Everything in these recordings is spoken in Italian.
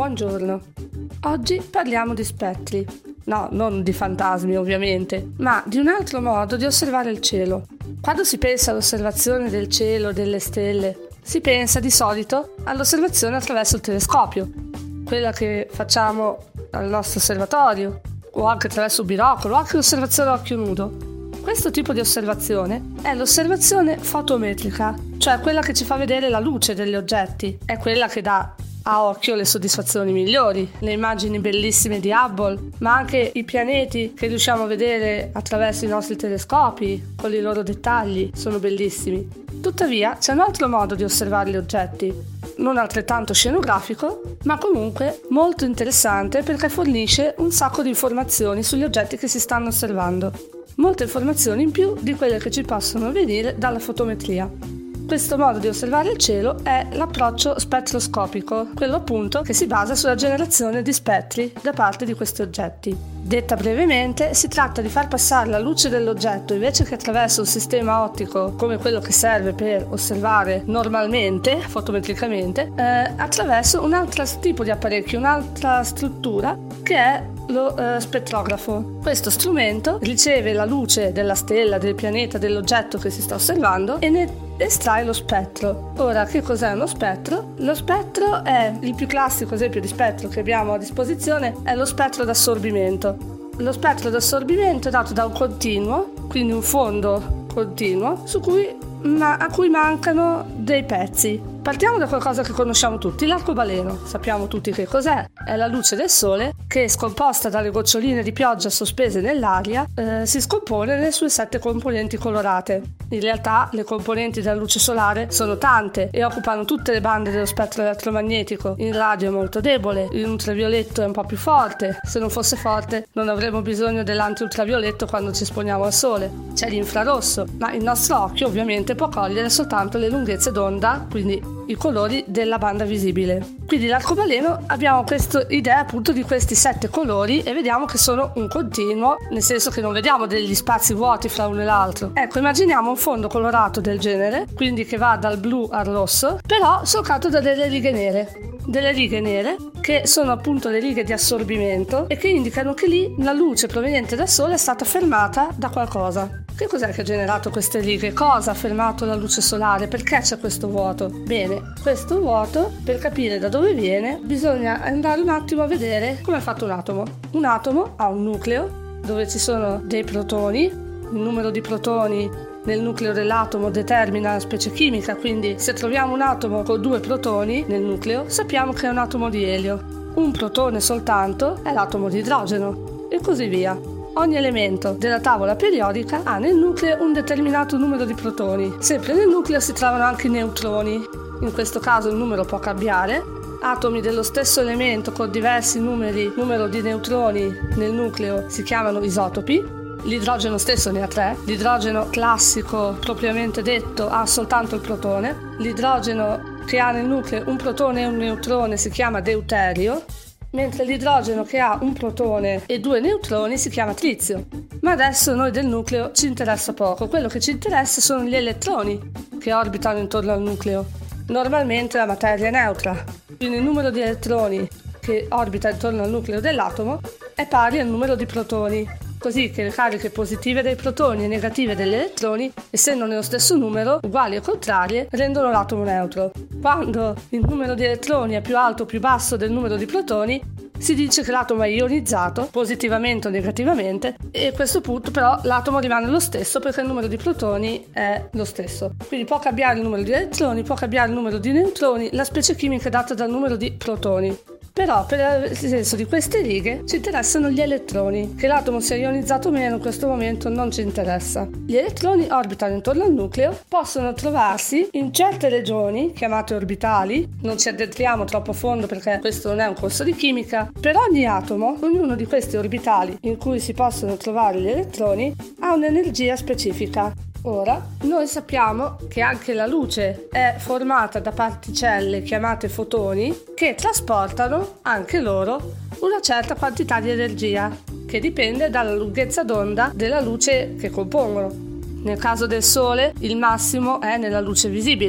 Buongiorno. Oggi parliamo di spettri. No, non di fantasmi ovviamente, ma di un altro modo di osservare il cielo. Quando si pensa all'osservazione del cielo, delle stelle, si pensa di solito all'osservazione attraverso il telescopio, quella che facciamo al nostro osservatorio, o anche attraverso un binocolo, o anche l'osservazione a occhio nudo. Questo tipo di osservazione è l'osservazione fotometrica, cioè quella che ci fa vedere la luce degli oggetti, è quella che dà a occhio le soddisfazioni migliori, le immagini bellissime di Hubble, ma anche i pianeti che riusciamo a vedere attraverso i nostri telescopi, con i loro dettagli, sono bellissimi. Tuttavia c'è un altro modo di osservare gli oggetti, non altrettanto scenografico, ma comunque molto interessante perché fornisce un sacco di informazioni sugli oggetti che si stanno osservando. Molte informazioni in più di quelle che ci possono venire dalla fotometria. Questo modo di osservare il cielo è l'approccio spettroscopico, quello appunto che si basa sulla generazione di spettri da parte di questi oggetti. Detta brevemente, si tratta di far passare la luce dell'oggetto invece che attraverso un sistema ottico come quello che serve per osservare normalmente, fotometricamente, attraverso un altro tipo di apparecchio, un'altra struttura che è lo spettrografo. Questo strumento riceve la luce della stella, del pianeta, dell'oggetto che si sta osservando e ne estrae lo spettro. Ora, che cos'è uno spettro? Lo spettro è il più classico esempio di spettro che abbiamo a disposizione, è lo spettro d'assorbimento. Lo spettro d'assorbimento è dato da un continuo, quindi un fondo continuo, a cui mancano dei pezzi. Partiamo da qualcosa che conosciamo tutti, l'arcobaleno. Sappiamo tutti che cos'è. È la luce del sole che, scomposta dalle goccioline di pioggia sospese nell'aria, si scompone nelle sue 7 componenti colorate. In realtà le componenti della luce solare sono tante e occupano tutte le bande dello spettro elettromagnetico. Il radio è molto debole, l'ultravioletto è un po' più forte. Se non fosse forte non avremmo bisogno dell'antiultravioletto quando ci esponiamo al sole. C'è l'infrarosso, ma il nostro occhio ovviamente può cogliere soltanto le lunghezze d'onda, quindi i colori della banda visibile. Quindi l'arcobaleno abbiamo questa idea appunto di questi 7 colori e vediamo che sono un continuo, nel senso che non vediamo degli spazi vuoti fra uno e l'altro. Ecco, immaginiamo un fondo colorato del genere, quindi che va dal blu al rosso, però solcato da delle righe nere che sono appunto le righe di assorbimento e che indicano che lì la luce proveniente dal sole è stata fermata da qualcosa. Che cos'è che ha generato queste righe? Cosa ha fermato la luce solare? Perché c'è questo vuoto? Bene, questo vuoto, per capire da dove viene, bisogna andare un attimo a vedere come è fatto un atomo. Un atomo ha un nucleo dove ci sono dei protoni, il numero di protoni nel nucleo dell'atomo determina la specie chimica, quindi se troviamo un atomo con 2 protoni nel nucleo sappiamo che è un atomo di elio. Un protone soltanto è l'atomo di idrogeno e così via. Ogni elemento della tavola periodica ha nel nucleo un determinato numero di protoni. Sempre nel nucleo si trovano anche i neutroni. In questo caso il numero può cambiare. Atomi dello stesso elemento con diversi numero di neutroni nel nucleo si chiamano isotopi. L'idrogeno stesso ne ha 3. L'idrogeno classico, propriamente detto, ha soltanto il protone. L'idrogeno che ha nel nucleo un protone e un neutrone si chiama deuterio, mentre l'idrogeno che ha un protone e 2 neutroni si chiama trizio. Ma adesso noi del nucleo ci interessa poco. Quello che ci interessa sono gli elettroni che orbitano intorno al nucleo. Normalmente la materia è neutra, quindi il numero di elettroni che orbita intorno al nucleo dell'atomo è pari al numero di protoni, così che le cariche positive dei protoni e negative degli elettroni, essendo nello stesso numero, uguali o contrarie, rendono l'atomo neutro. Quando il numero di elettroni è più alto o più basso del numero di protoni, si dice che l'atomo è ionizzato, positivamente o negativamente, e a questo punto però l'atomo rimane lo stesso perché il numero di protoni è lo stesso. Quindi può cambiare il numero di elettroni, può cambiare il numero di neutroni, la specie chimica è data dal numero di protoni. Però per il senso di queste righe ci interessano gli elettroni. Che l'atomo sia ionizzato o meno in questo momento non ci interessa. Gli elettroni orbitano intorno al nucleo, possono trovarsi in certe regioni chiamate orbitali, non ci addentriamo troppo a fondo perché questo non è un corso di chimica. Per ogni atomo, ognuno di questi orbitali in cui si possono trovare gli elettroni ha un'energia specifica. Ora, noi sappiamo che anche la luce è formata da particelle chiamate fotoni che trasportano anche loro una certa quantità di energia che dipende dalla lunghezza d'onda della luce che compongono. Nel caso del Sole il massimo è nella luce visibile,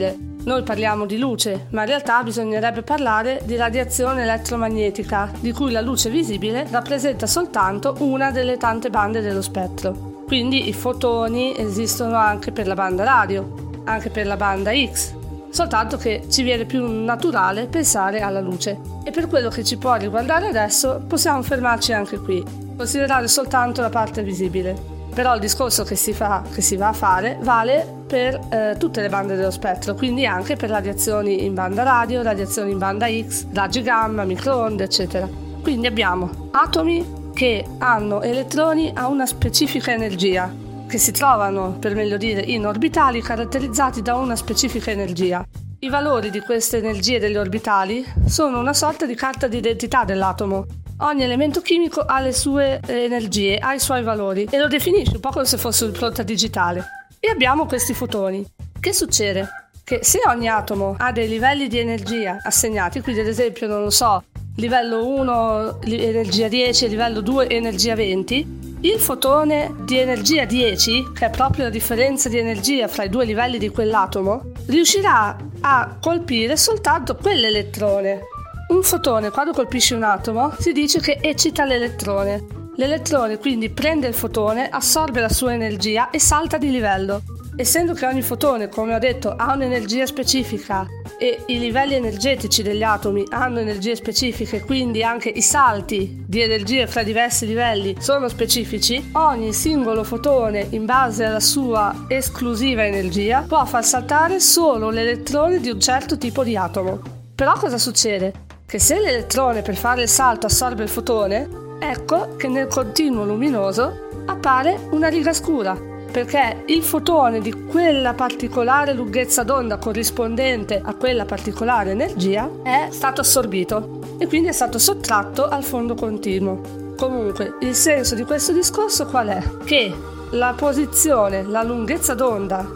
Noi parliamo di luce, ma in realtà bisognerebbe parlare di radiazione elettromagnetica, di cui la luce visibile rappresenta soltanto una delle tante bande dello spettro. Quindi i fotoni esistono anche per la banda radio, anche per la banda X, soltanto che ci viene più naturale pensare alla luce. E per quello che ci può riguardare adesso possiamo fermarci anche qui, considerare soltanto la parte visibile. Però il discorso che si va a fare vale per tutte le bande dello spettro, quindi anche per radiazioni in banda radio, radiazioni in banda X, raggi gamma, microonde, eccetera. Quindi abbiamo atomi che hanno elettroni a una specifica energia, che si trovano, per meglio dire, in orbitali caratterizzati da una specifica energia. I valori di queste energie degli orbitali sono una sorta di carta d'identità dell'atomo. Ogni elemento chimico ha le sue energie, ha i suoi valori e lo definisce un po' come se fosse un'impronta digitale. E abbiamo questi fotoni. Che succede? Che se ogni atomo ha dei livelli di energia assegnati, quindi ad esempio, non lo so, livello 1 energia 10 e livello 2 energia 20, il fotone di energia 10, che è proprio la differenza di energia fra i due livelli di quell'atomo, riuscirà a colpire soltanto quell'elettrone. Un fotone, quando colpisce un atomo, si dice che eccita l'elettrone. L'elettrone quindi prende il fotone, assorbe la sua energia e salta di livello. Essendo che ogni fotone, come ho detto, ha un'energia specifica e i livelli energetici degli atomi hanno energie specifiche, quindi anche i salti di energie fra diversi livelli sono specifici, ogni singolo fotone, in base alla sua esclusiva energia, può far saltare solo l'elettrone di un certo tipo di atomo. Però cosa succede? Che se l'elettrone per fare il salto assorbe il fotone, ecco che nel continuo luminoso appare una riga scura, perché il fotone di quella particolare lunghezza d'onda corrispondente a quella particolare energia è stato assorbito e quindi è stato sottratto al fondo continuo. Comunque, il senso di questo discorso qual è? Che la posizione, la lunghezza d'onda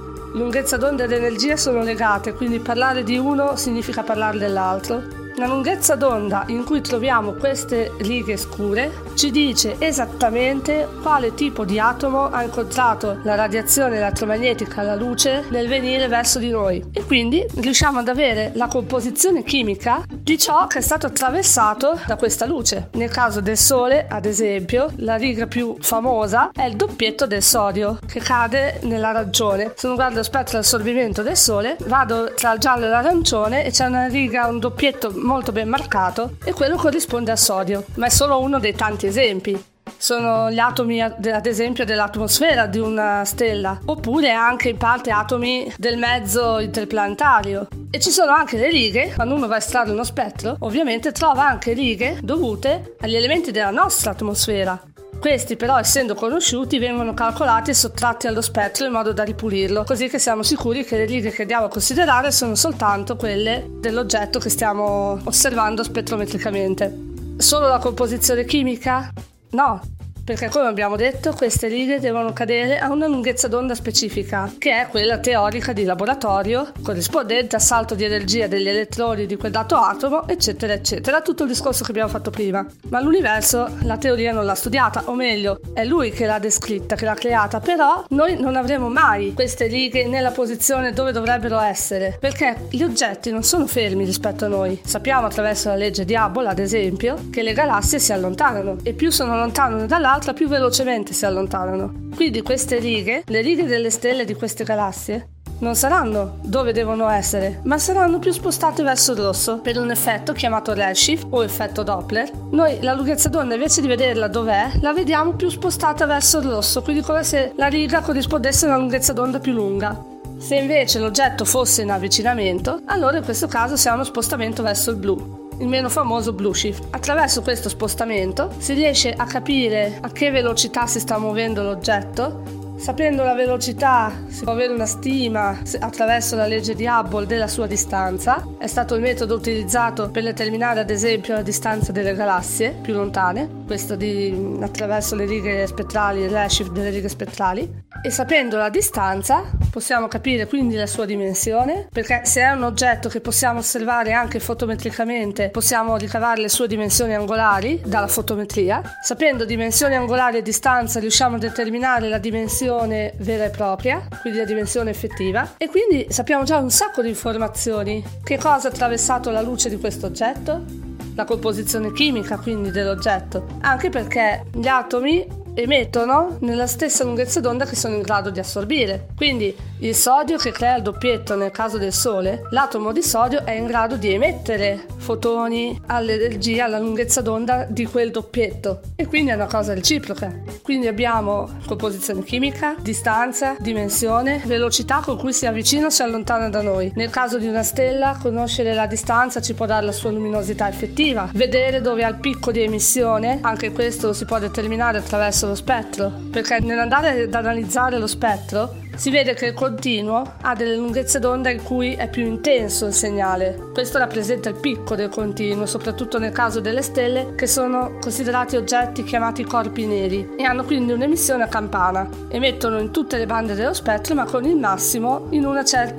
ed energia sono legate, quindi parlare di uno significa parlare dell'altro. La lunghezza d'onda in cui troviamo queste righe scure ci dice esattamente quale tipo di atomo ha incontrato la radiazione elettromagnetica, la luce, nel venire verso di noi, e quindi riusciamo ad avere la composizione chimica di ciò che è stato attraversato da questa luce. Nel caso del Sole, ad esempio, la riga più famosa è il doppietto del sodio, che cade nell'arancione. Se non guardo lo spettro di assorbimento del Sole, vado tra il giallo e l'arancione e c'è una riga, un doppietto molto ben marcato, e quello corrisponde al sodio, ma è solo uno dei tanti esempi. Sono gli atomi, ad esempio, dell'atmosfera di una stella, oppure anche in parte atomi del mezzo interplanetario. E ci sono anche le righe, quando uno va a estrarre uno spettro, ovviamente trova anche righe dovute agli elementi della nostra atmosfera. Questi però, essendo conosciuti, vengono calcolati e sottratti allo spettro in modo da ripulirlo, così che siamo sicuri che le righe che andiamo a considerare sono soltanto quelle dell'oggetto che stiamo osservando spettrometricamente. Solo la composizione chimica? No, perché come abbiamo detto queste righe devono cadere a una lunghezza d'onda specifica, che è quella teorica di laboratorio, corrispondente al salto di energia degli elettroni di quel dato atomo, eccetera eccetera, tutto il discorso che abbiamo fatto prima. Ma l'universo la teoria non l'ha studiata, o meglio, è lui che l'ha descritta, che l'ha creata, però noi non avremo mai queste righe nella posizione dove dovrebbero essere, perché gli oggetti non sono fermi rispetto a noi. Sappiamo attraverso la legge di Hubble, ad esempio, che le galassie si allontanano, e più sono lontane dall'altra più velocemente si allontanano. Quindi queste righe, le righe delle stelle di queste galassie, non saranno dove devono essere, ma saranno più spostate verso il rosso per un effetto chiamato redshift o effetto Doppler. Noi la lunghezza d'onda, invece di vederla dov'è, la vediamo più spostata verso il rosso, quindi come se la riga corrispondesse a una lunghezza d'onda più lunga. Se invece l'oggetto fosse in avvicinamento, allora in questo caso si ha uno spostamento verso il blu, il meno famoso blue shift. Attraverso questo spostamento si riesce a capire a che velocità si sta muovendo l'oggetto. Sapendo la velocità si può avere una stima attraverso la legge di Hubble della sua distanza. È stato il metodo utilizzato per determinare ad esempio la distanza delle galassie più lontane, questo attraverso le righe spettrali, il redshift delle righe spettrali. e sapendo la distanza possiamo capire quindi la sua dimensione, perché se è un oggetto che possiamo osservare anche fotometricamente possiamo ricavare le sue dimensioni angolari dalla fotometria. Sapendo dimensioni angolari e distanza riusciamo a determinare la dimensione vera e propria, quindi la dimensione effettiva, e quindi sappiamo già un sacco di informazioni. Che cosa ha attraversato la luce di questo oggetto? La composizione chimica quindi dell'oggetto, anche perché gli atomi emettono nella stessa lunghezza d'onda che sono in grado di assorbire. Quindi il sodio che crea il doppietto nel caso del Sole, l'atomo di sodio è in grado di emettere fotoni all'energia, alla lunghezza d'onda di quel doppietto, e quindi è una cosa reciproca. Quindi abbiamo composizione chimica, distanza, dimensione, velocità con cui si avvicina o si allontana da noi. Nel caso di una stella, conoscere la distanza ci può dare la sua luminosità effettiva, vedere dove ha il picco di emissione, anche questo lo si può determinare attraverso lo spettro, perché nell'andare ad analizzare lo spettro si vede che il continuo ha delle lunghezze d'onda in cui è più intenso il segnale. Questo rappresenta il picco del continuo, soprattutto nel caso delle stelle, che sono considerati oggetti chiamati corpi neri e hanno quindi un'emissione a campana. Emettono in tutte le bande dello spettro, ma con il massimo in una certa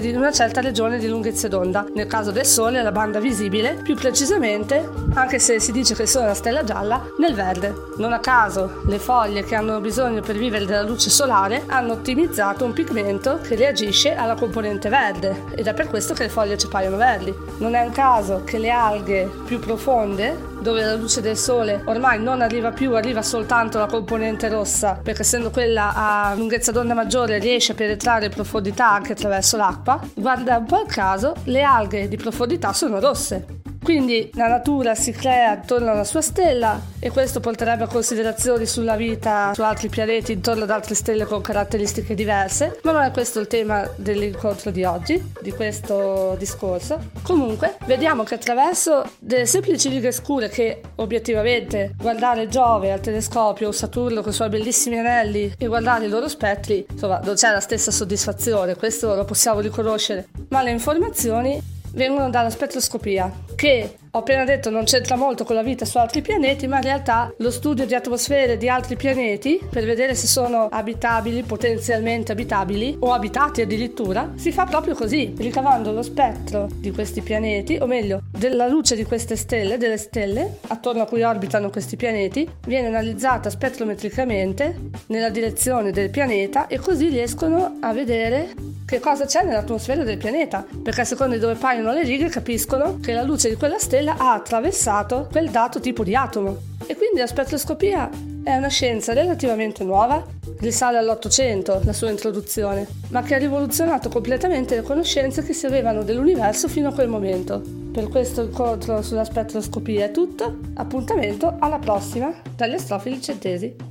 regione di lunghezze d'onda. Nel caso del Sole la banda visibile, più precisamente, anche se si dice che il Sole è una stella gialla, nel verde. Non a caso le foglie che hanno bisogno per vivere della luce solare hanno ottimizzato un pigmento che reagisce alla componente verde, ed è per questo che le foglie ci paiono verdi. Non è un caso che le alghe più profonde, dove la luce del sole ormai non arriva più, arriva soltanto la componente rossa, perché essendo quella a lunghezza d'onda maggiore riesce a penetrare in profondità anche attraverso l'acqua, guarda un po' il caso, le alghe di profondità sono rosse. Quindi la natura si crea attorno alla sua stella, e questo porterebbe a considerazioni sulla vita su altri pianeti intorno ad altre stelle con caratteristiche diverse, ma non è questo il tema dell'incontro di oggi, di questo discorso. Comunque vediamo che attraverso delle semplici righe scure, che obiettivamente guardare Giove al telescopio o Saturno con i suoi bellissimi anelli e guardare i loro spettri, insomma, non c'è la stessa soddisfazione, questo lo possiamo riconoscere, ma le informazioni vengono dalla spettroscopia, che ho appena detto non c'entra molto con la vita su altri pianeti, ma in realtà lo studio di atmosfere di altri pianeti per vedere se sono abitabili, potenzialmente abitabili o abitati addirittura, si fa proprio così, ricavando lo spettro di questi pianeti, o meglio della luce di queste stelle, delle stelle attorno a cui orbitano questi pianeti, viene analizzata spettrometricamente nella direzione del pianeta, e così riescono a vedere che cosa c'è nell'atmosfera del pianeta, perché secondo dove paiono le righe capiscono che la luce di quella stella ha attraversato quel dato tipo di atomo. E quindi la spettroscopia è una scienza relativamente nuova, risale all'800 la sua introduzione, ma che ha rivoluzionato completamente le conoscenze che si avevano dell'universo fino a quel momento. Per questo incontro sulla spettroscopia è tutto, appuntamento alla prossima dagli astrofili centesi.